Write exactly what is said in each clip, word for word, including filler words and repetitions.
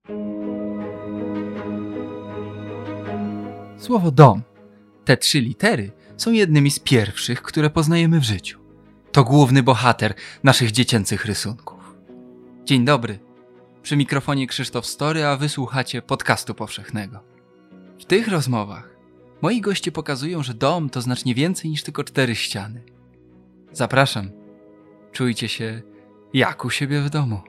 Słowo dom, te trzy litery, są jednymi z pierwszych, które poznajemy w życiu. To główny bohater naszych dziecięcych rysunków. Dzień dobry, przy mikrofonie Krzysztof Story, a wysłuchacie podcastu powszechnego. W tych rozmowach moi goście pokazują, że dom to znacznie więcej niż tylko cztery ściany. Zapraszam, czujcie się jak u siebie w domu.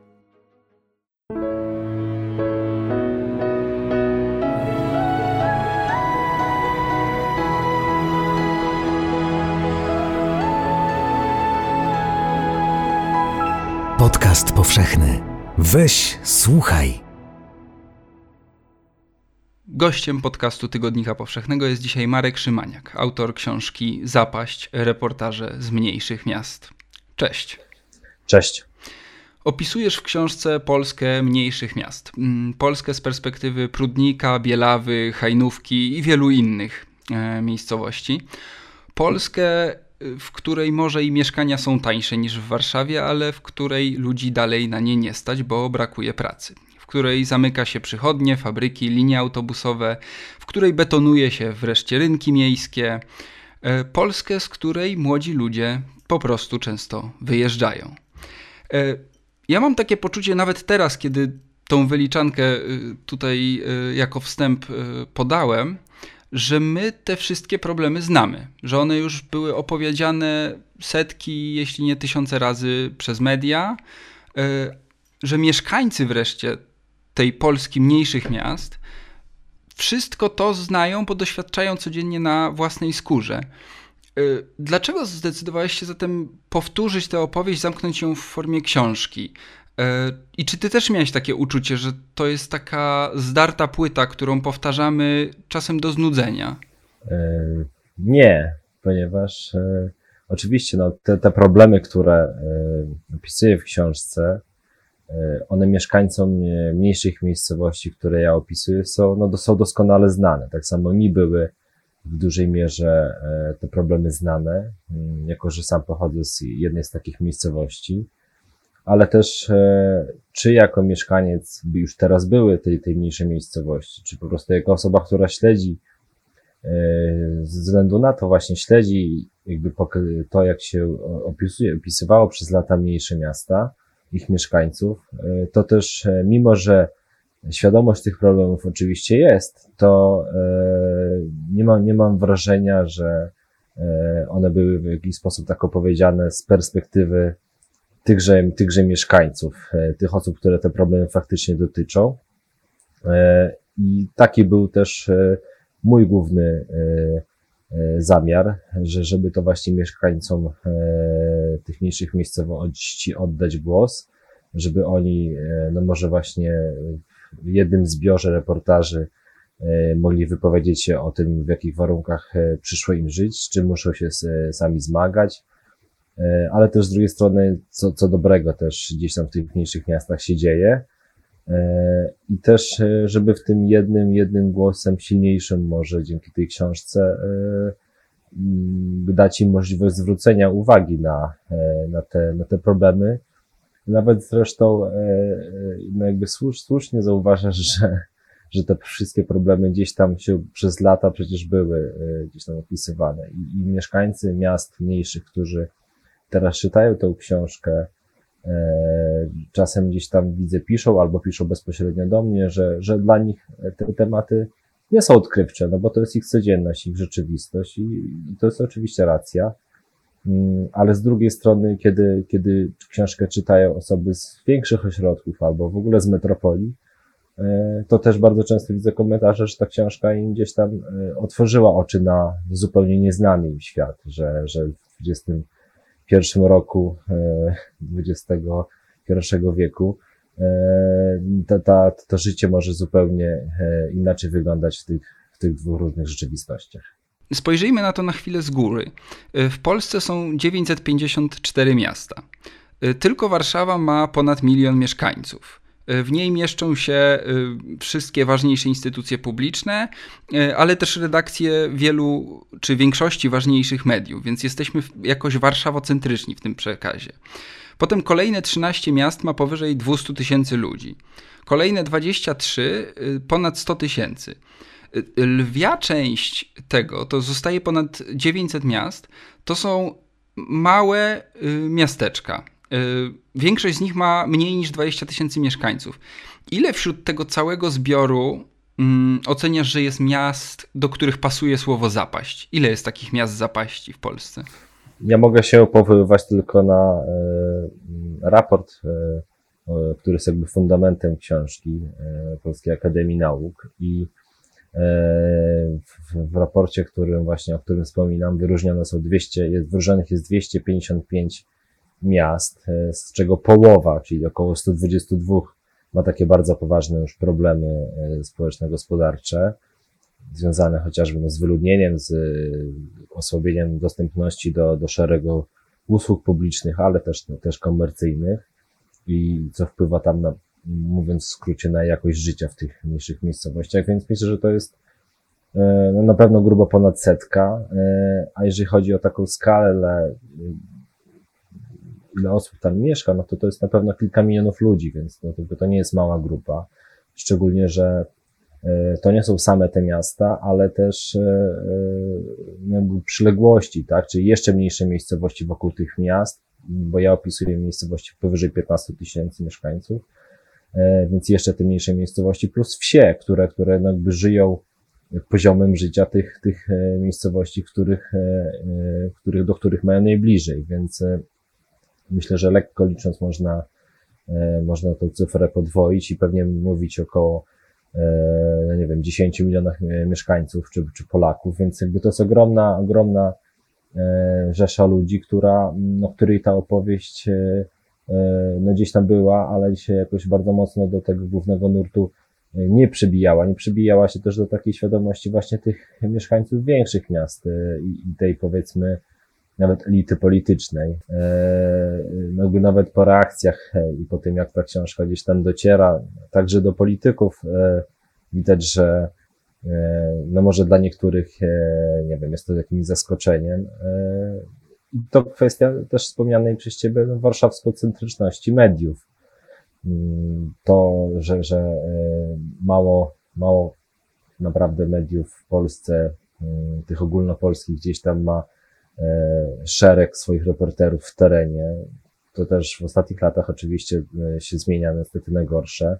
Podcast powszechny. Weź, słuchaj. Gościem podcastu Tygodnika Powszechnego jest dzisiaj Marek Szymaniak, autor książki Zapaść, reportaże z mniejszych miast. Cześć. Cześć. Opisujesz w książce Polskę mniejszych miast. Polskę z perspektywy Prudnika, Bielawy, Hajnówki i wielu innych e, miejscowości. Polskę, w której może i mieszkania są tańsze niż w Warszawie, ale w której ludzi dalej na nie nie stać, bo brakuje pracy. W której zamyka się przychodnie, fabryki, linie autobusowe, w której betonuje się wreszcie rynki miejskie. Polskę, z której młodzi ludzie po prostu często wyjeżdżają. Ja mam takie poczucie nawet teraz, kiedy tą wyliczankę tutaj jako wstęp podałem, że my te wszystkie problemy znamy, że one już były opowiedziane setki, jeśli nie tysiące razy przez media, że mieszkańcy wreszcie tej Polski mniejszych miast wszystko to znają, bo doświadczają codziennie na własnej skórze. Dlaczego zdecydowałeś się zatem powtórzyć tę opowieść, zamknąć ją w formie książki? I czy ty też miałeś takie uczucie, że to jest taka zdarta płyta, którą powtarzamy czasem do znudzenia? Nie, ponieważ e, oczywiście no, te, te problemy, które e, opisuję w książce, e, one mieszkańcom mniejszych miejscowości, które ja opisuję, są, no, są doskonale znane. Tak samo mi były w dużej mierze e, te problemy znane, jako że sam pochodzę z jednej z takich miejscowości. Ale też e, czy jako mieszkaniec już teraz były tej, tej mniejszej miejscowości, czy po prostu jako osoba, która śledzi, e, ze względu na to właśnie śledzi jakby to, jak się opisuje, opisywało przez lata mniejsze miasta, ich mieszkańców, e, to też e, mimo, że świadomość tych problemów oczywiście jest, to e, nie mam, nie mam wrażenia, że e, one były w jakiś sposób tak opowiedziane z perspektywy Tychże, tychże mieszkańców, tych osób, które te problemy faktycznie dotyczą. I taki był też mój główny zamiar, że żeby to właśnie mieszkańcom tych mniejszych miejscowości oddać głos, żeby oni, no może właśnie w jednym zbiorze reportaży mogli wypowiedzieć się o tym, w jakich warunkach przyszło im żyć, z czym muszą się sami zmagać, ale też z drugiej strony co, co dobrego też gdzieś tam w tych mniejszych miastach się dzieje i też żeby w tym jednym, jednym głosem silniejszym może dzięki tej książce dać im możliwość zwrócenia uwagi na, na, te, na te problemy. Nawet zresztą no jakby słusz, słusznie zauważasz, że, że te wszystkie problemy gdzieś tam się przez lata przecież były gdzieś tam opisywane i, i mieszkańcy miast mniejszych, którzy teraz czytają tę książkę, e, czasem gdzieś tam widzę piszą albo piszą bezpośrednio do mnie, że, że dla nich te tematy nie są odkrywcze, no bo to jest ich codzienność, ich rzeczywistość i, i to jest oczywiście racja, mm, ale z drugiej strony, kiedy, kiedy książkę czytają osoby z większych ośrodków albo w ogóle z metropolii, e, to też bardzo często widzę komentarze, że ta książka im gdzieś tam e, otworzyła oczy na zupełnie nieznany im świat, że, że w dwudziestym pierwszym roku dwudziestego pierwszego wieku ta, ta, to życie może zupełnie inaczej wyglądać w tych, w tych dwóch różnych rzeczywistościach. Spojrzyjmy na to na chwilę z góry. W Polsce są dziewięćset pięćdziesiąt cztery miasta. Tylko Warszawa ma ponad milion mieszkańców. W niej mieszczą się wszystkie ważniejsze instytucje publiczne, ale też redakcje wielu czy większości ważniejszych mediów, więc jesteśmy jakoś warszawocentryczni w tym przekazie. Potem kolejne trzynaście miast ma powyżej dwieście tysięcy ludzi. Kolejne dwadzieścia trzy ponad sto tysięcy. Lwia część tego, to zostaje ponad dziewięćset miast, to są małe miasteczka. Większość z nich ma mniej niż dwadzieścia tysięcy mieszkańców. Ile wśród tego całego zbioru mm, oceniasz, że jest miast, do których pasuje słowo zapaść? Ile jest takich miast zapaści w Polsce? Ja mogę się powoływać tylko na e, raport, e, który jest jakby fundamentem książki e, Polskiej Akademii Nauk i e, w, w raporcie, którym właśnie, o którym wspominam, wyróżnione są dwieście, jest, wyróżnionych jest dwieście pięćdziesiąt pięć miast, e, z czego połowa, czyli około sto dwadzieścia dwa ma takie bardzo poważne już problemy e, społeczno-gospodarcze, związane chociażby no, z wyludnieniem, z osłabieniem dostępności do, do szeregu usług publicznych, ale też, no, też komercyjnych i co wpływa tam na, mówiąc w skrócie, na jakość życia w tych mniejszych miejscowościach, więc myślę, że to jest no, na pewno grubo ponad setka, a jeżeli chodzi o taką skalę, ile osób tam mieszka, no to to jest na pewno kilka milionów ludzi, więc no, to, to nie jest mała grupa, szczególnie, że to nie są same te miasta, ale też jakby przyległości, tak? Czyli jeszcze mniejsze miejscowości wokół tych miast, bo ja opisuję miejscowości powyżej piętnaście tysięcy mieszkańców, więc jeszcze te mniejsze miejscowości plus wsie, które, które jakby żyją poziomem życia tych, tych miejscowości, których, których, do których mają najbliżej, więc myślę, że lekko licząc można, można tę cyfrę podwoić i pewnie mówić około no nie wiem, dziesięć milionach mieszkańców czy, czy Polaków, więc jakby to jest ogromna, ogromna rzesza ludzi, która, no, której ta opowieść no gdzieś tam była, ale się jakoś bardzo mocno do tego głównego nurtu nie przybijała. Nie przybijała się też do takiej świadomości właśnie tych mieszkańców większych miast i, i tej, powiedzmy, nawet elity politycznej. No jakby nawet po reakcjach i po tym, jak ta książka gdzieś tam dociera, także do polityków, widać, że no może dla niektórych, nie wiem, jest to jakimś zaskoczeniem. To kwestia też wspomnianej przez Ciebie warszawsko-centryczności mediów. To, że, że mało, mało naprawdę mediów w Polsce, tych ogólnopolskich, gdzieś tam ma szereg swoich reporterów w terenie. To też w ostatnich latach oczywiście się zmienia niestety na gorsze.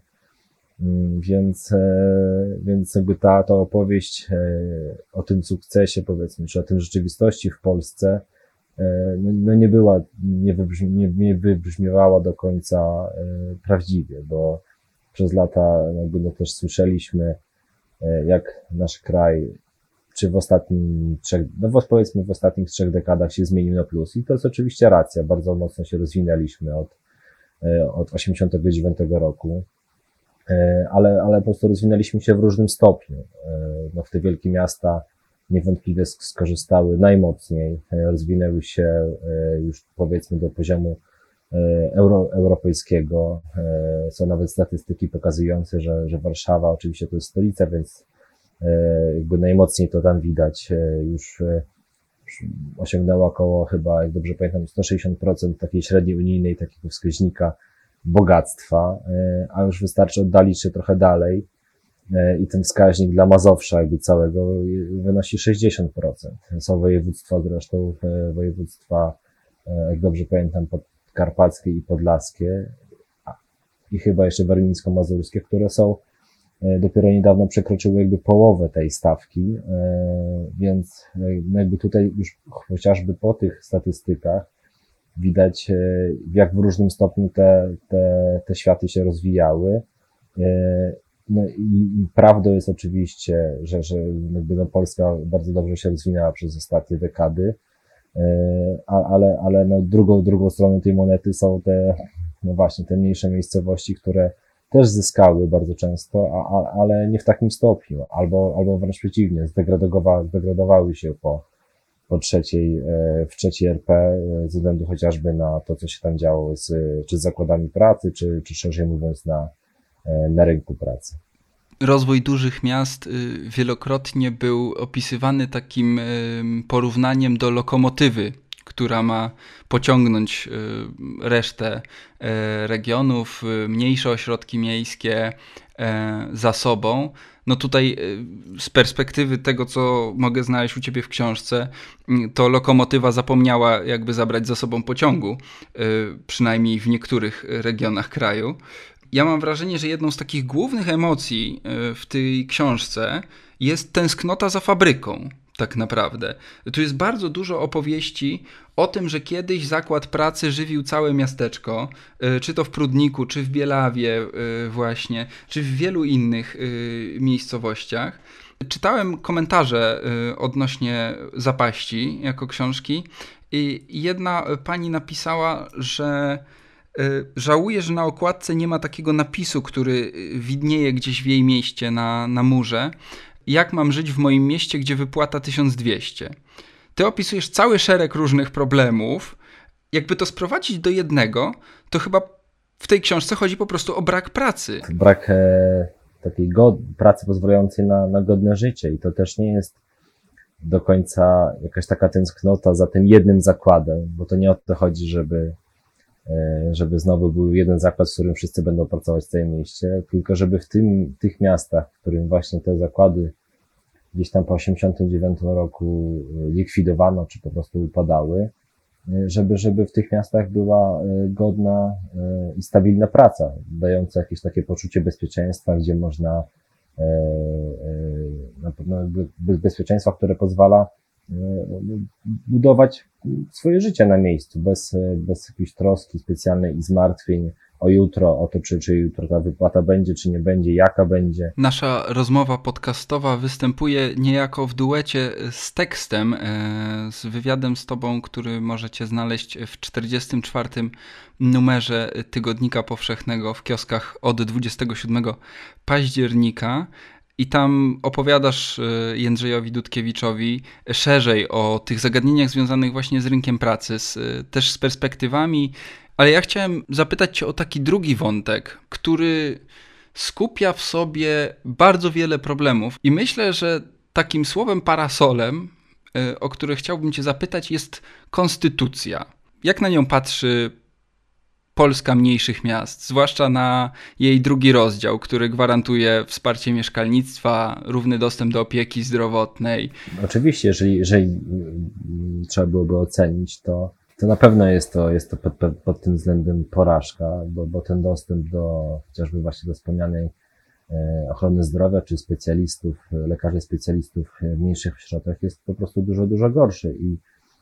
Więc, więc jakby ta, ta opowieść o tym sukcesie, powiedzmy, czy o tym rzeczywistości w Polsce, no nie była, nie, wybrzmi, nie, nie wybrzmiewała do końca prawdziwie, bo przez lata jakby no też słyszeliśmy, jak nasz kraj czy w ostatnich trzech, no powiedzmy w ostatnich trzech dekadach się zmienił na plus. I to jest oczywiście racja. Bardzo mocno się rozwinęliśmy od, od osiemdziesiątego dziewiątego roku. Ale, ale po prostu rozwinęliśmy się w różnym stopniu. No w te wielkie miasta niewątpliwie skorzystały najmocniej. Rozwinęły się już powiedzmy do poziomu euro, europejskiego. Są nawet statystyki pokazujące, że, że Warszawa oczywiście to jest stolica, więc jakby najmocniej to tam widać, już, już osiągnęła około chyba, jak dobrze pamiętam, sto sześćdziesiąt procent takiej średniej unijnej, takiego wskaźnika bogactwa, a już wystarczy oddalić się trochę dalej i ten wskaźnik dla Mazowsza jakby całego wynosi sześćdziesiąt procent. Są województwa zresztą, województwa, jak dobrze pamiętam, podkarpackie i podlaskie i chyba jeszcze warmińsko-mazurskie, które są dopiero niedawno przekroczyły jakby połowę tej stawki, więc jakby tutaj już chociażby po tych statystykach widać, jak w różnym stopniu te, te, te światy się rozwijały. No i, i prawdą jest oczywiście, że, że jakby no Polska bardzo dobrze się rozwinęła przez ostatnie dekady, ale, ale no drugą, drugą stroną tej monety są te, no właśnie, te mniejsze miejscowości, które też zyskały bardzo często, a, a, ale nie w takim stopniu, albo, albo wręcz przeciwnie, zdegradowały, zdegradowały się po, po trzeciej, w trzeciej R P, ze względu chociażby na to, co się tam działo z, czy z zakładami pracy, czy, czy szerzej mówiąc na, na rynku pracy. Rozwój dużych miast wielokrotnie był opisywany takim porównaniem do lokomotywy, która ma pociągnąć resztę regionów, mniejsze ośrodki miejskie za sobą. No tutaj z perspektywy tego, co mogę znaleźć u ciebie w książce, to lokomotywa zapomniała jakby zabrać za sobą pociągu, przynajmniej w niektórych regionach kraju. Ja mam wrażenie, że jedną z takich głównych emocji w tej książce jest tęsknota za fabryką. Tak naprawdę. Tu jest bardzo dużo opowieści o tym, że kiedyś zakład pracy żywił całe miasteczko, czy to w Prudniku, czy w Bielawie właśnie, czy w wielu innych miejscowościach. Czytałem komentarze odnośnie Zapaści jako książki i jedna pani napisała, że żałuje, że na okładce nie ma takiego napisu, który widnieje gdzieś w jej mieście na, na murze. Jak mam żyć w moim mieście, gdzie wypłata tysiąc dwieście? Ty opisujesz cały szereg różnych problemów. Jakby to sprowadzić do jednego, to chyba w tej książce chodzi po prostu o brak pracy. Brak e, takiej god- pracy pozwalającej na, na godne życie i to też nie jest do końca jakaś taka tęsknota za tym jednym zakładem, bo to nie o to chodzi, żeby żeby znowu był jeden zakład, w którym wszyscy będą pracować w całym mieście, tylko żeby w tym, w tych miastach, w którym właśnie te zakłady gdzieś tam po osiemdziesiątym dziewiątym roku likwidowano, czy po prostu upadały, żeby, żeby w tych miastach była godna i stabilna praca, dająca jakieś takie poczucie bezpieczeństwa, gdzie można no, bezpieczeństwa, które pozwala budować swoje życie na miejscu, bez, bez jakiejś troski specjalnej i zmartwień o jutro, o to, czy, czy jutro ta wypłata będzie, czy nie będzie, jaka będzie. Nasza rozmowa podcastowa występuje niejako w duecie z tekstem, z wywiadem z tobą, który możecie znaleźć w czterdziestym czwartym numerze Tygodnika Powszechnego w kioskach od dwudziestego siódmego października. I tam opowiadasz Jędrzejowi Dudkiewiczowi szerzej o tych zagadnieniach związanych właśnie z rynkiem pracy, z, też z perspektywami. Ale ja chciałem zapytać cię o taki drugi wątek, który skupia w sobie bardzo wiele problemów. I myślę, że takim słowem parasolem, o które chciałbym cię zapytać, jest konstytucja. Jak na nią patrzy Polska mniejszych miast, zwłaszcza na jej drugi rozdział, który gwarantuje wsparcie mieszkalnictwa, równy dostęp do opieki zdrowotnej? Oczywiście, jeżeli, jeżeli trzeba byłoby ocenić, to, to na pewno jest to, jest to pod, pod, pod tym względem porażka, bo, bo ten dostęp do chociażby właśnie do wspomnianej ochrony zdrowia, czy specjalistów, lekarzy specjalistów w mniejszych ośrodkach jest po prostu dużo, dużo gorszy i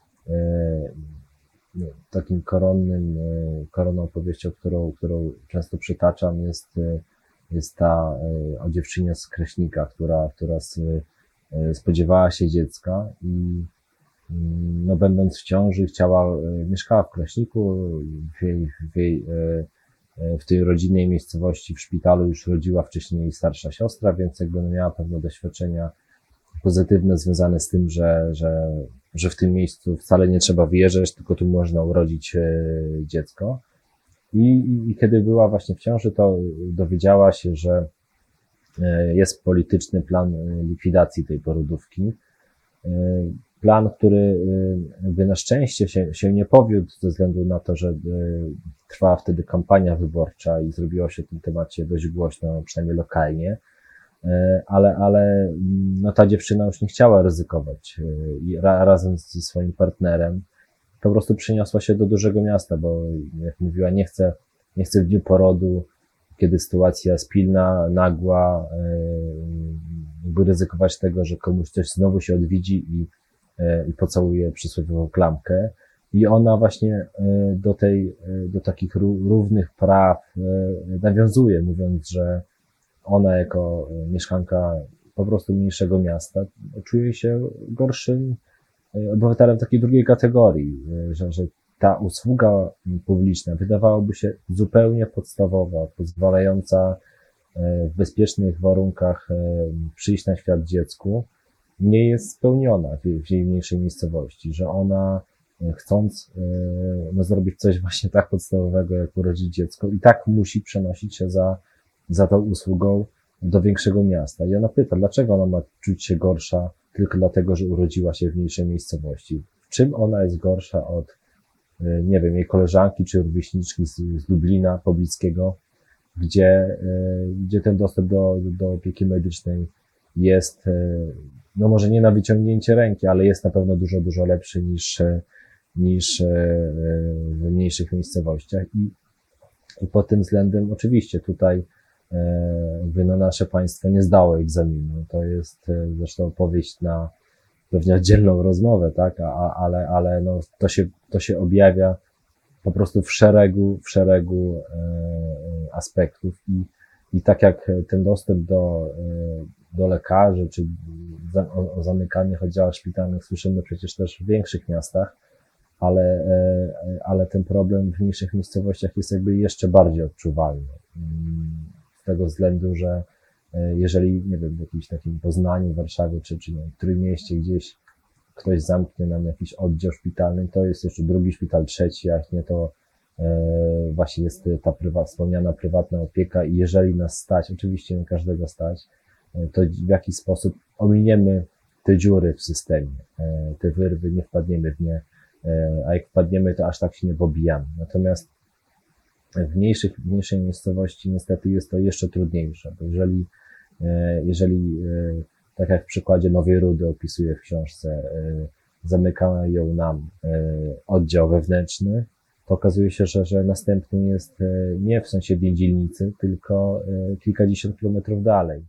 takim koronnym, koronną opowieścią, którą, którą często przytaczam, jest, jest ta o dziewczynie z Kraśnika, która, która spodziewała się dziecka i no, będąc w ciąży chciała, mieszkała w Kraśniku, w, jej, w, jej, w tej rodzinnej miejscowości w szpitalu już rodziła wcześniej jej starsza siostra, więc jakby miała pewne doświadczenia pozytywne związane z tym, że, że że w tym miejscu wcale nie trzeba wyjeżdżać, tylko tu można urodzić dziecko. I, i kiedy była właśnie w ciąży, to dowiedziała się, że jest polityczny plan likwidacji tej porodówki. Plan, który jakby na szczęście się, się nie powiódł ze względu na to, że trwała wtedy kampania wyborcza i zrobiło się w tym temacie dość głośno, przynajmniej lokalnie. Ale, ale no ta dziewczyna już nie chciała ryzykować i ra, razem ze swoim partnerem po prostu przeniosła się do dużego miasta, bo jak mówiła, nie chcę, nie chcę w dniu porodu, kiedy sytuacja jest pilna, nagła, jakby ryzykować tego, że komuś coś znowu się odwiedzi i, i pocałuje przysłowiową klamkę. I ona właśnie do tej, do takich równych praw nawiązuje, mówiąc, że ona jako mieszkanka po prostu mniejszego miasta czuje się gorszym obywatelem takiej drugiej kategorii, że, że ta usługa publiczna wydawałoby się zupełnie podstawowa, pozwalająca w bezpiecznych warunkach przyjść na świat dziecku, nie jest spełniona w jej mniejszej miejscowości, że ona chcąc no, zrobić coś właśnie tak podstawowego, jak urodzić dziecko, i tak musi przenosić się za za tą usługą do większego miasta. I ona pyta, dlaczego ona ma czuć się gorsza tylko dlatego, że urodziła się w mniejszej miejscowości. w czym ona jest gorsza od, nie wiem, jej koleżanki czy rówieśniczki z, z Lublina pobliskiego, gdzie, gdzie ten dostęp do, do opieki medycznej jest, no może nie na wyciągnięcie ręki, ale jest na pewno dużo, dużo lepszy niż, niż w mniejszych miejscowościach. I, i pod tym względem oczywiście tutaj Mówię, no nasze państwo nie zdało egzaminu. To jest zresztą opowieść na pewnie oddzielną rozmowę, tak? A, ale, ale no to się, to się objawia po prostu w szeregu, w szeregu e, aspektów i, i tak jak ten dostęp do, e, do lekarzy, czy za, o, o zamykanych oddziałach szpitalnych słyszymy przecież też w większych miastach, ale, e, ale ten problem w mniejszych miejscowościach jest jakby jeszcze bardziej odczuwalny. Z tego względu, że jeżeli, nie wiem, w jakimś takim Poznaniu, Warszawie, czy, czy nie wiem, w którym mieście gdzieś ktoś zamknie nam jakiś oddział szpitalny, to jest jeszcze drugi szpital, trzeci, a jak nie, to e, właśnie jest ta prywa, wspomniana prywatna opieka i jeżeli nas stać, oczywiście nie każdego stać, e, to w jakiś sposób ominiemy te dziury w systemie, e, te wyrwy, nie wpadniemy w nie, e, a jak wpadniemy, to aż tak się nie pobijamy. Natomiast w mniejszych, w mniejszej miejscowości niestety jest to jeszcze trudniejsze, bo jeżeli, jeżeli tak jak w przykładzie Nowej Rudy opisuję w książce, zamykają nam oddział wewnętrzny, to okazuje się, że, że następny jest nie w sąsiedniej dzielnicy, tylko kilkadziesiąt kilometrów dalej.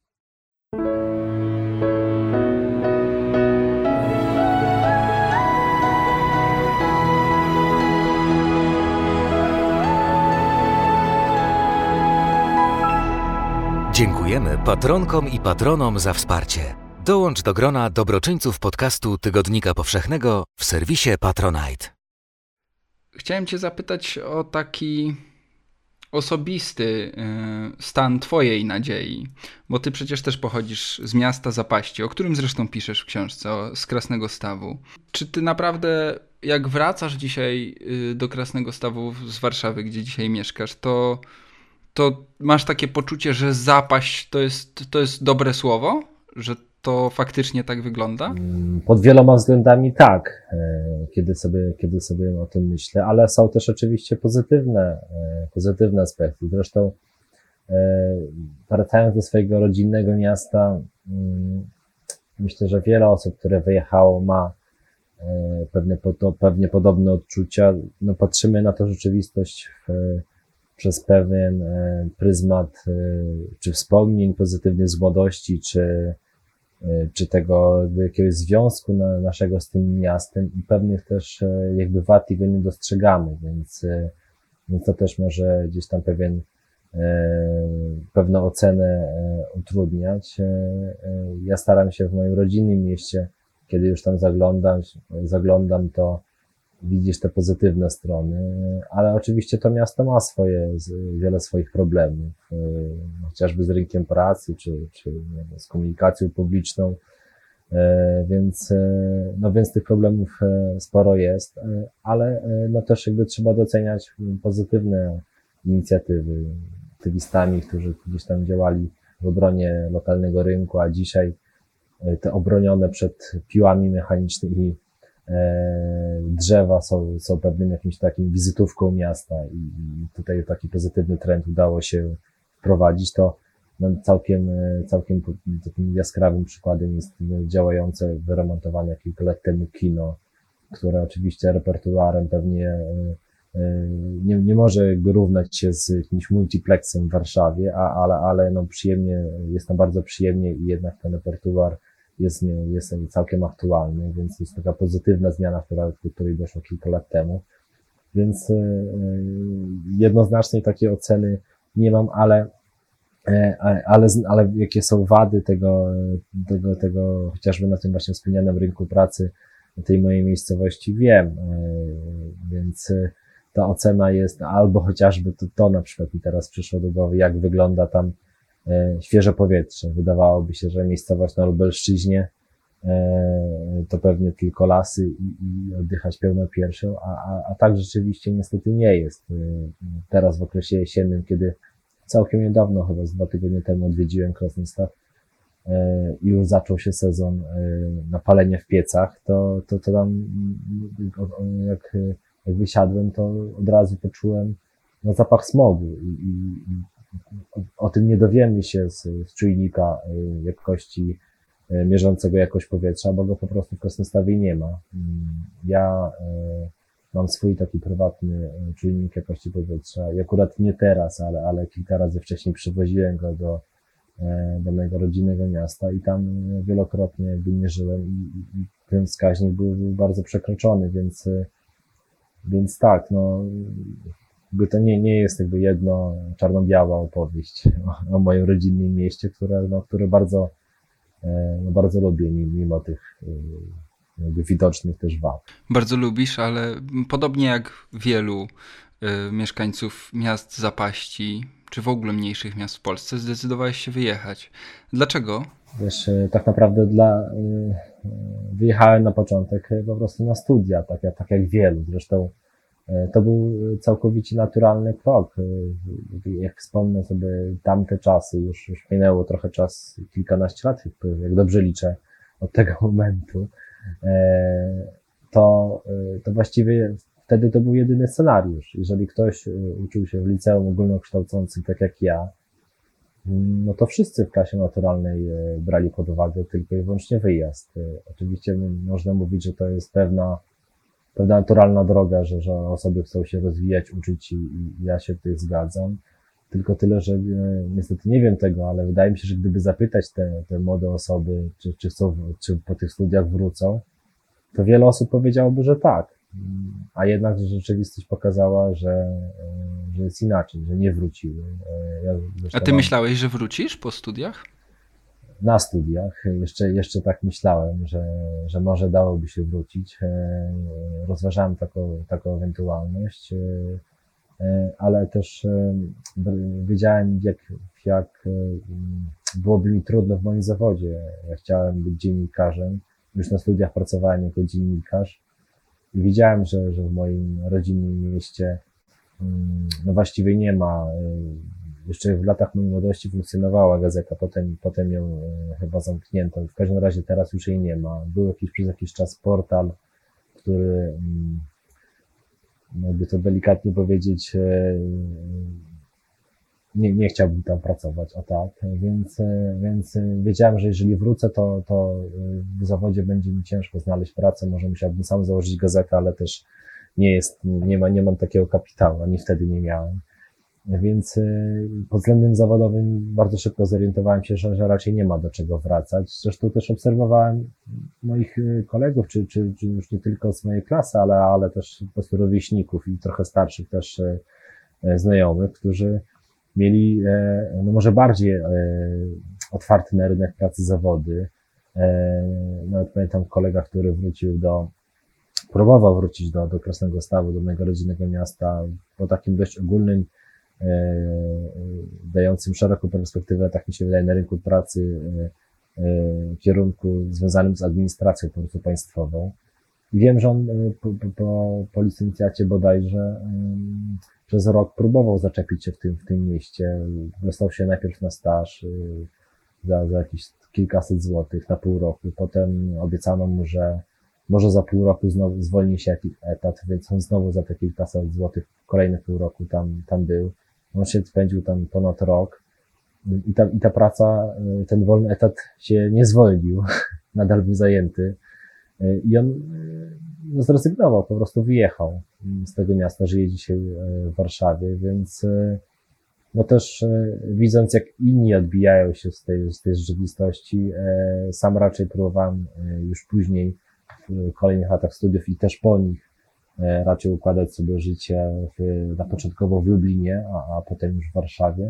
Dziękujemy patronkom i patronom za wsparcie. Dołącz do grona dobroczyńców podcastu Tygodnika Powszechnego w serwisie Patronite. Chciałem Cię zapytać o taki osobisty stan Twojej nadziei, bo Ty przecież też pochodzisz z miasta Zapaści, o którym zresztą piszesz w książce, z Krasnego Stawu. Czy Ty naprawdę, jak wracasz dzisiaj do Krasnego Stawu z Warszawy, gdzie dzisiaj mieszkasz, to to masz takie poczucie, że zapaść to jest, to jest dobre słowo? Że to faktycznie tak wygląda? Pod wieloma względami tak, kiedy sobie, kiedy sobie o tym myślę, ale są też oczywiście pozytywne, pozytywne aspekty. Zresztą wracając do swojego rodzinnego miasta, myślę, że wiele osób, które wyjechało, ma pewne, pewnie podobne odczucia. No, patrzymy na tę rzeczywistość w przez pewien pryzmat czy wspomnień pozytywnych z młodości, czy, czy tego jakiegoś związku na, naszego z tym miastem i pewnych też jakby wad go nie dostrzegamy, więc, więc to też może gdzieś tam pewien, pewną ocenę utrudniać. Ja staram się w moim rodzinnym mieście, kiedy już tam zaglądam, zaglądam to widzisz te pozytywne strony, ale oczywiście to miasto ma swoje, wiele swoich problemów, chociażby z rynkiem pracy, czy, czy nie wiem, z komunikacją publiczną, więc, no więc tych problemów sporo jest, ale no też jakby trzeba doceniać pozytywne inicjatywy aktywistami, którzy gdzieś tam działali w obronie lokalnego rynku, a dzisiaj te obronione przed piłami mechanicznymi drzewa są, są pewnym jakimś takim wizytówką miasta i tutaj taki pozytywny trend udało się wprowadzić. To całkiem, całkiem takim jaskrawym przykładem jest działające, wyremontowane kilka lat temu kino, które oczywiście repertuarem pewnie nie, nie może równać się z jakimś multiplexem w Warszawie, a, ale, ale no przyjemnie, jest tam bardzo przyjemnie i jednak ten repertuar jest, jest całkiem aktualny, więc jest taka pozytywna zmiana, która, do której doszło kilka lat temu. Więc jednoznacznej takiej oceny nie mam, ale, ale, ale jakie są wady tego, tego, tego chociażby na tym właśnie wspomnianym rynku pracy tej mojej miejscowości wiem, więc ta ocena jest albo chociażby to, to na przykład mi teraz przyszło do głowy, jak wygląda tam świeże powietrze. Wydawałoby się, że miejscowość na Lubelszczyźnie to pewnie tylko lasy i, i oddychać pełną piersią, a, a, a tak rzeczywiście niestety nie jest. Teraz w okresie jesiennym, kiedy całkiem niedawno, chyba z dwa tygodnie temu odwiedziłem Krasny Staw, i już zaczął się sezon na palenie w piecach, to, to, to tam jak, jak wysiadłem, to od razu poczułem no, zapach smogu i, i, i o tym nie dowiemy się z, z czujnika jakości mierzącego jakość powietrza, bo go po prostu w Krasnostawie nie ma. Ja mam swój taki prywatny czujnik jakości powietrza i akurat nie teraz, ale, ale kilka razy wcześniej przywoziłem go do, do mojego rodzinnego miasta i tam wielokrotnie jakby mierzyłem i, i ten wskaźnik był, był bardzo przekroczony, więc, więc tak, no jakby to nie, nie jest jakby jedno czarno-biała opowieść o, o moim rodzinnym mieście, które, no, które bardzo, no, bardzo lubię mimo tych jakby widocznych też wad. Bardzo lubisz, ale podobnie jak wielu y, mieszkańców miast zapaści, czy w ogóle mniejszych miast w Polsce, zdecydowałeś się wyjechać. Dlaczego? Wiesz, tak naprawdę dla, y, wyjechałem na początek po prostu na studia, tak, jak, tak jak wielu. Zresztą y, to był całkowicie naturalny krok. Y, jak wspomnę sobie tamte czasy, już, już minęło trochę czas, kilkanaście lat, jak dobrze liczę, od tego momentu, to, to właściwie wtedy to był jedyny scenariusz. Jeżeli ktoś uczył się w liceum ogólnokształcącym, tak jak ja, no to wszyscy w klasie naturalnej brali pod uwagę tylko i wyłącznie wyjazd. Oczywiście można mówić, że to jest pewna, pewna naturalna droga, że, że osoby chcą się rozwijać, uczyć i, i ja się tutaj zgadzam. Tylko tyle, że niestety nie wiem tego, ale wydaje mi się, że gdyby zapytać te, te młode osoby, czy, czy chcą, czy po tych studiach wrócą, to wiele osób powiedziałoby, że tak. A jednak rzeczywistość pokazała, że, że jest inaczej, że nie wróciły. Ja A ty myślałeś, że wrócisz po studiach? Na studiach. Jeszcze, jeszcze tak myślałem, że, że może dałoby się wrócić. Rozważałem taką, taką ewentualność. Ale też wiedziałem, jak, jak byłoby mi trudno w moim zawodzie. Ja chciałem być dziennikarzem, już na studiach pracowałem jako dziennikarz i widziałem, że, że w moim rodzinnym mieście no właściwie nie ma. Jeszcze w latach mojej młodości funkcjonowała gazeta, potem, potem ją chyba zamknięto. W każdym razie teraz już jej nie ma. Był jakiś, przez jakiś czas portal, który jakby to delikatnie powiedzieć, nie, nie chciałbym tam pracować, o tak, więc, więc wiedziałem, że jeżeli wrócę, to, to w zawodzie będzie mi ciężko znaleźć pracę, może musiałbym sam założyć gazetę, ale też nie jest, nie ma, nie mam takiego kapitału, ani wtedy nie miałem. Więc pod względem zawodowym bardzo szybko zorientowałem się, że, że raczej nie ma do czego wracać. Zresztą też obserwowałem moich kolegów, czy, czy, czy już nie tylko z mojej klasy, ale, ale też po prostu rówieśników i trochę starszych też znajomych, którzy mieli no może bardziej otwarty na rynek pracy zawody. Nawet pamiętam kolega, który wrócił do, próbował wrócić do, do Krasnogorstawu, do mojego rodzinnego miasta po takim dość ogólnym, dającym szeroką perspektywę, tak mi się wydaje, na rynku pracy, kierunku związanym z administracją po prostu państwową. I wiem, że on po, po, po licencjacie bodajże przez rok próbował zaczepić się w tym, w tym mieście. Dostał się najpierw na staż za, za jakieś kilkaset złotych na pół roku. Potem obiecano mu, że może za pół roku znowu zwolni się jakiś etat, więc on znowu za te kilkaset złotych w kolejne pół roku tam, tam był. On się spędził tam ponad rok i ta, i ta praca, ten wolny etat się nie zwolnił, nadal był zajęty i on no, zrezygnował, po prostu wyjechał z tego miasta, żyje dzisiaj w Warszawie, więc no też widząc, jak inni odbijają się z tej, z tej rzeczywistości, sam raczej próbowałem już później w kolejnych latach studiów i też po nich raczej układać sobie życie w, na początkowo w Lublinie, a, a potem już w Warszawie.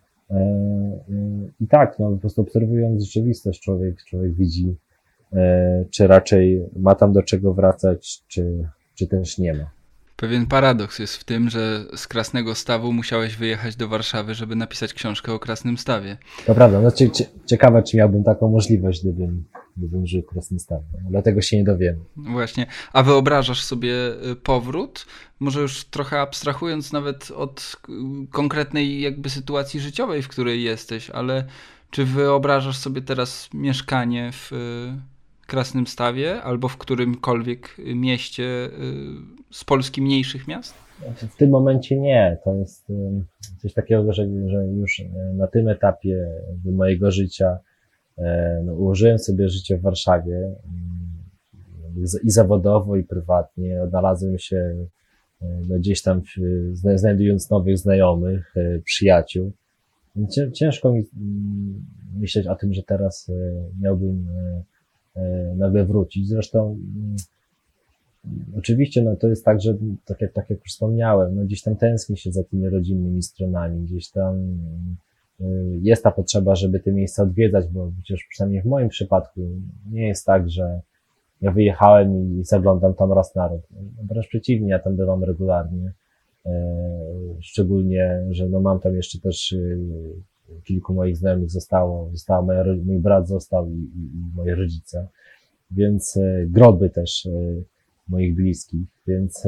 I tak, no po prostu obserwując rzeczywistość, człowiek, człowiek widzi, czy raczej ma tam do czego wracać, czy, czy też nie ma. Pewien paradoks jest w tym, że z Krasnego Stawu musiałeś wyjechać do Warszawy, żeby napisać książkę o Krasnym Stawie. To prawda, no cie, cie, ciekawe, czy miałbym taką możliwość, gdybym, gdybym żył w Krasnym Stawie. Dlatego się nie dowiemy. Właśnie. A wyobrażasz sobie powrót? Może już trochę abstrahując nawet od konkretnej jakby sytuacji życiowej, w której jesteś, ale Czy wyobrażasz sobie teraz mieszkanie w Krasnym Stawie albo w którymkolwiek mieście z Polski mniejszych miast? W tym momencie nie. To jest coś takiego, że, że już na tym etapie mojego życia no, ułożyłem sobie życie w Warszawie i zawodowo, i prywatnie. Odnalazłem się no, gdzieś tam, znajdując nowych znajomych, przyjaciół. Ciężko mi myśleć o tym, że teraz miałbym nagle wrócić. Zresztą oczywiście no, to jest tak, że tak jak, tak jak już wspomniałem, no, gdzieś tam tęskni się za tymi rodzinnymi stronami, gdzieś tam jest ta potrzeba, żeby te miejsca odwiedzać, bo przecież przynajmniej w moim przypadku nie jest tak, że ja wyjechałem i zaglądam tam raz na rok. Wręcz przeciwnie, ja tam bywam regularnie. Szczególnie, że no mam tam jeszcze też kilku moich znajomych zostało, została moja, mój brat został i, i, i moi rodzice, więc groby też moich bliskich, więc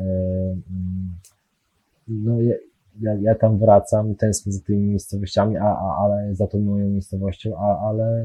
no ja, ja, ja tam wracam, tęsknię za tymi miejscowościami, a, a, ale za tą moją miejscowością, a, ale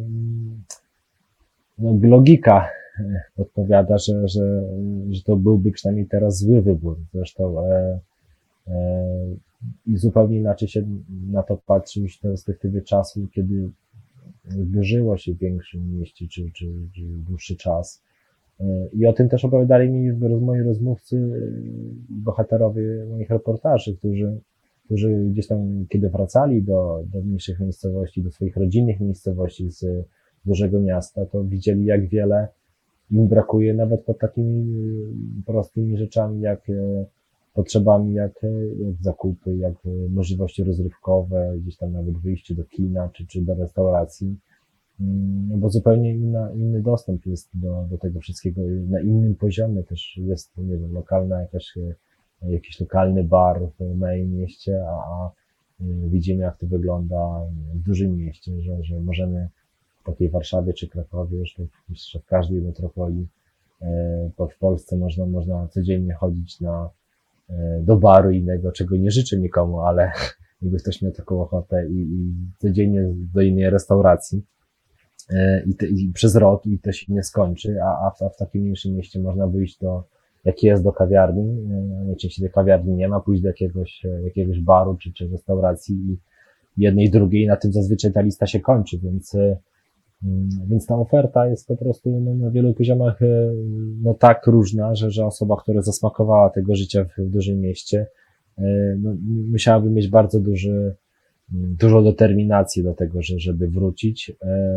no, logika podpowiada, że, że, że to byłby przynajmniej teraz zły wybór. Zresztą e, e, i zupełnie inaczej się na to patrzy już z perspektywy czasu, kiedy żyło się w większym mieście, czy, czy, czy dłuższy czas. E, I o tym też opowiadali mi moi rozmówcy, bohaterowie moich reportaży, którzy, którzy gdzieś tam, kiedy wracali do, do mniejszych miejscowości, do swoich rodzinnych miejscowości z dużego miasta, to widzieli, jak wiele im brakuje nawet pod takimi prostymi rzeczami, jak potrzebami, jak, jak zakupy, jak możliwości rozrywkowe, gdzieś tam nawet wyjście do kina, czy, czy do restauracji, no bo zupełnie inna, inny dostęp jest do, do tego wszystkiego, na innym poziomie też jest, nie wiem, lokalna jakaś, jakiś lokalny bar w moim mieście, a, a widzimy, jak to wygląda w dużym mieście, że, że możemy w takiej Warszawie czy Krakowie, jeszcze w każdej metropolii, bo w Polsce można, można codziennie chodzić na, do baru innego, czego nie życzę nikomu, ale jakby ktoś miał taką ochotę i, i codziennie do innej restauracji i, te, i przez rok i to się nie skończy, a, a, w, a w takim mniejszym mieście można wyjść do, jak jest, do kawiarni, najczęściej tej kawiarni nie ma, pójść do jakiegoś, jakiegoś baru czy, czy restauracji i jednej, drugiej i na tym zazwyczaj ta lista się kończy, więc Więc ta oferta jest po prostu no, na wielu poziomach no, tak różna, że, że osoba, która zasmakowała tego życia w, w dużym mieście, no, musiałaby mieć bardzo duży, dużo determinacji do tego, że, żeby wrócić.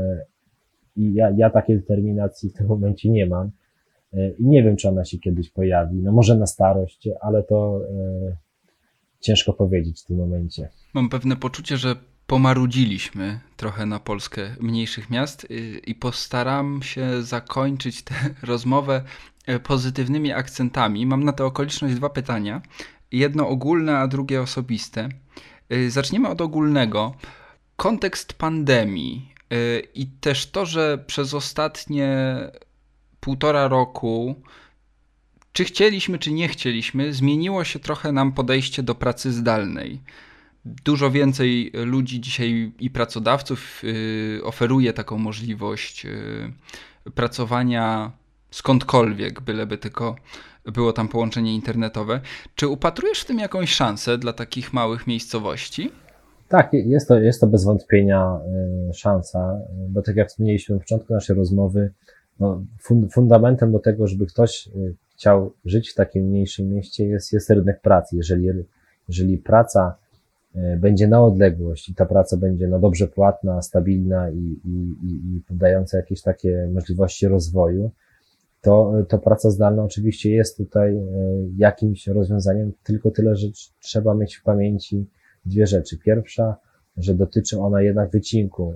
I ja, ja takiej determinacji w tym momencie nie mam. I nie wiem, czy ona się kiedyś pojawi. No może na starość, ale to e, ciężko powiedzieć w tym momencie. Mam pewne poczucie, że pomarudziliśmy trochę na Polskę mniejszych miast i postaram się zakończyć tę rozmowę pozytywnymi akcentami. Mam na tę okoliczność dwa pytania. Jedno ogólne, a drugie osobiste. Zaczniemy od ogólnego. Kontekst pandemii i też to, że przez ostatnie półtora roku, czy chcieliśmy, czy nie chcieliśmy, zmieniło się trochę nam podejście do pracy zdalnej. Dużo więcej ludzi dzisiaj i pracodawców yy, oferuje taką możliwość yy, pracowania skądkolwiek, byleby tylko było tam połączenie internetowe. Czy upatrujesz w tym jakąś szansę dla takich małych miejscowości? Tak, jest to, jest to bez wątpienia y, szansa, bo tak jak wspomnieliśmy na początku naszej rozmowy, no, fund, fundamentem do tego, żeby ktoś y, chciał żyć w takim mniejszym mieście jest, jest rynek pracy. Jeżeli, jeżeli praca będzie na odległość i ta praca będzie no dobrze płatna, stabilna i, i, i dająca jakieś takie możliwości rozwoju, to, to praca zdalna oczywiście jest tutaj jakimś rozwiązaniem, tylko tyle, że trzeba mieć w pamięci dwie rzeczy. Pierwsza, że dotyczy ona jednak wycinku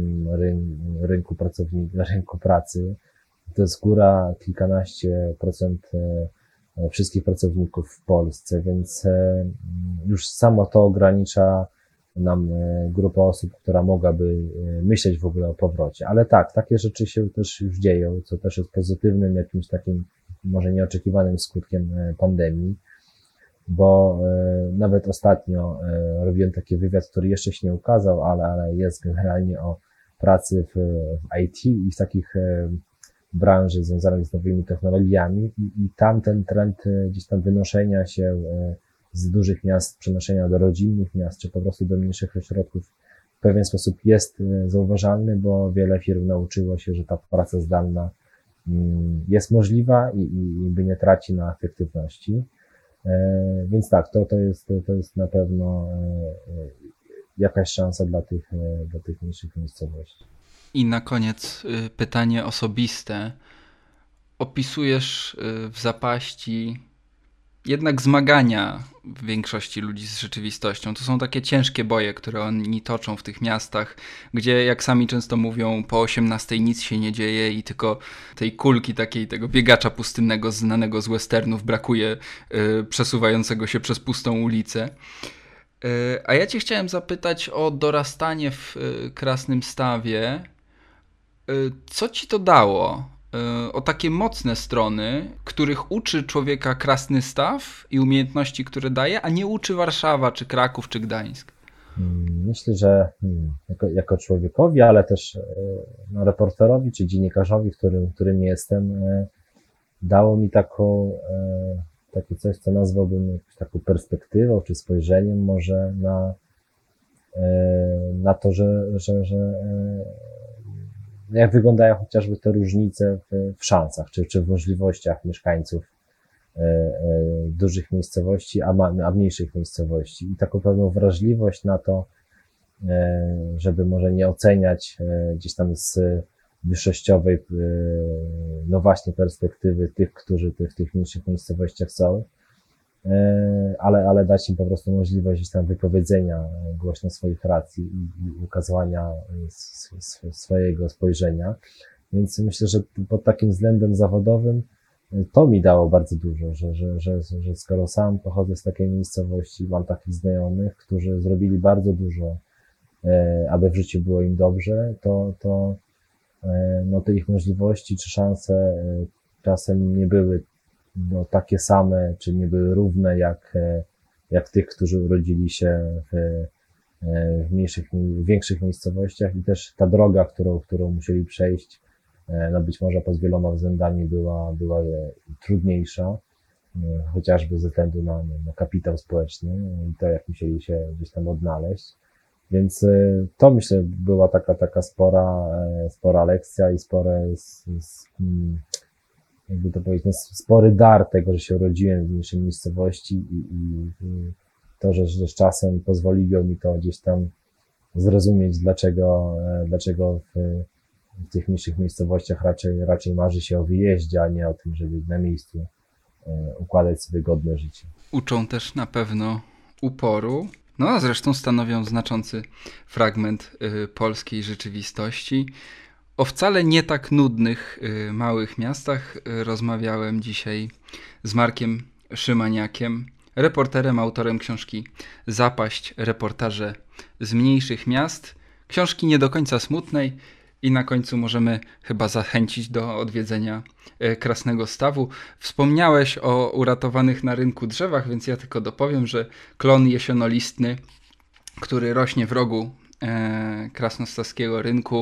rynku pracowników, rynku pracy. To jest góra kilkanaście procent wszystkich pracowników w Polsce, więc już samo to ogranicza nam grupę osób, która mogłaby myśleć w ogóle o powrocie. Ale tak, takie rzeczy się też już dzieją, co też jest pozytywnym, jakimś takim może nieoczekiwanym skutkiem pandemii. bo e, nawet ostatnio e, robiłem taki wywiad, który jeszcze się nie ukazał, ale, ale jest generalnie o pracy w, w I T i w takich e, branży związanych z nowymi technologiami i, i tam ten trend e, gdzieś tam wynoszenia się e, z dużych miast, przenoszenia do rodzinnych miast, czy po prostu do mniejszych ośrodków w pewien sposób jest e, zauważalny, bo wiele firm nauczyło się, że ta praca zdalna mm, jest możliwa i, i jakby nie traci na efektywności. E, więc tak, to, to, jest, to jest na pewno e, jakaś szansa dla tych, e, dla tych mniejszych miejscowości. I na koniec y, pytanie osobiste. Opisujesz y, w zapaści jednak zmagania w większości ludzi z rzeczywistością. To są takie ciężkie boje, które oni toczą w tych miastach, gdzie jak sami często mówią, po osiemnastej nic się nie dzieje i tylko tej kulki takiej, tego biegacza pustynnego znanego z westernów brakuje, y, przesuwającego się przez pustą ulicę. Y, a ja cię chciałem zapytać o dorastanie w y, Krasnym Stawie. Y, co ci to dało? O takie mocne strony, których uczy człowieka Krasny Staw i umiejętności, które daje, a nie uczy Warszawa, czy Kraków, czy Gdańsk. Myślę, że jako, jako człowiekowi, ale też no, reporterowi, czy dziennikarzowi, którym, którym jestem, dało mi taką, takie coś, co nazwałbym jakąś taką perspektywą, czy spojrzeniem może na, na to, że, że, że jak wyglądają chociażby te różnice w, w szansach, czy, czy w możliwościach mieszkańców e, e, dużych miejscowości, a, ma, a mniejszych miejscowości. I taką pewną wrażliwość na to, e, żeby może nie oceniać e, gdzieś tam z wyższościowej, e, no właśnie perspektywy tych, którzy ty, w tych mniejszych miejscowościach są, e, ale, ale dać im po prostu możliwość gdzieś tam wypowiedzenia głośno swoich racji i, i ukazywania s, s, swojego spojrzenia. Więc myślę, że pod takim względem zawodowym to mi dało bardzo dużo, że, że, że, że skoro sam pochodzę z takiej miejscowości, mam takich znajomych, którzy zrobili bardzo dużo, e, aby w życiu było im dobrze, to, to e, no te ich możliwości czy szanse e, czasem nie były no, takie same, czy nie były równe jak, jak tych, którzy urodzili się w, w mniejszych, w większych miejscowościach i też ta droga, którą, którą musieli przejść, no być może pod wieloma względami była, była trudniejsza, chociażby ze względu na, na kapitał społeczny i to, jak musieli się gdzieś tam odnaleźć. Więc to myślę była taka, taka spora, spora lekcja i spore, jakby to powiedzieć, no, spory dar tego, że się urodziłem w mniejszej miejscowości i, i, i to, że, że z czasem pozwoliło mi to gdzieś tam zrozumieć, dlaczego, dlaczego w, w tych mniejszych miejscowościach raczej, raczej marzy się o wyjeździe, a nie o tym, żeby na miejscu układać sobie godne życie. Uczą też na pewno uporu, no a zresztą stanowią znaczący fragment y, polskiej rzeczywistości. O wcale nie tak nudnych y, małych miastach y, rozmawiałem dzisiaj z Markiem Szymaniakiem, reporterem, autorem książki Zapaść, reportaże z mniejszych miast. Książki nie do końca smutnej i na końcu możemy chyba zachęcić do odwiedzenia y, Krasnego Stawu. Wspomniałeś o uratowanych na rynku drzewach, więc ja tylko dopowiem, że klon jesionolistny, który rośnie w rogu y, krasnostawskiego rynku,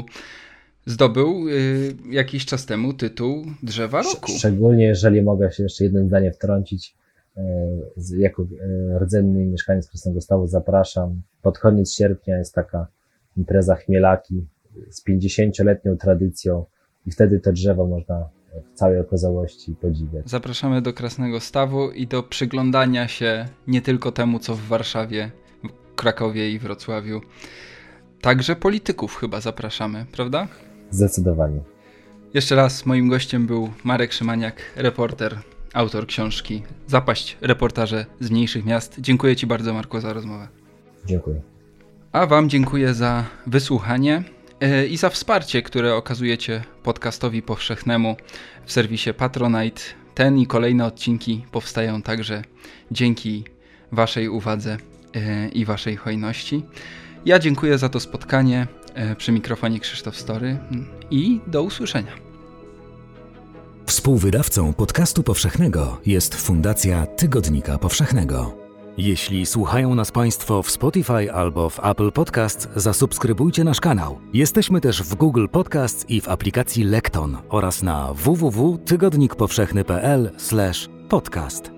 zdobył y, jakiś czas temu tytuł Drzewa Roku. Szczególnie jeżeli mogę się jeszcze jedno zdanie wtrącić, y, jako y, rdzenny mieszkaniec Krasnego Stawu zapraszam. Pod koniec sierpnia jest taka impreza Chmielaki z pięćdziesięcioletnią tradycją i wtedy te drzewa można w całej okazałości podziwiać. Zapraszamy do Krasnego Stawu i do przyglądania się nie tylko temu, co w Warszawie, w Krakowie i Wrocławiu. Także polityków chyba zapraszamy, prawda? Zdecydowanie. Jeszcze raz moim gościem był Marek Szymaniak, reporter, autor książki Zapaść, reportaże z mniejszych miast. Dziękuję Ci bardzo, Marku, za rozmowę. Dziękuję. A Wam dziękuję za wysłuchanie i za wsparcie, które okazujecie podcastowi powszechnemu w serwisie Patronite. Ten i kolejne odcinki powstają także dzięki Waszej uwadze i Waszej hojności. Ja dziękuję za to spotkanie. Przy mikrofonie Krzysztof Story i do usłyszenia. Współwydawcą podcastu powszechnego jest Fundacja Tygodnika Powszechnego. Jeśli słuchają nas Państwo w Spotify albo w Apple Podcasts, zasubskrybujcie nasz kanał. Jesteśmy też w Google Podcasts i w aplikacji Lekton oraz na w w w kropka tygodnik powszechny kropka p l slash podcast.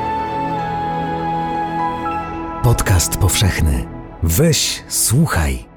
Podcast powszechny. Weź, słuchaj.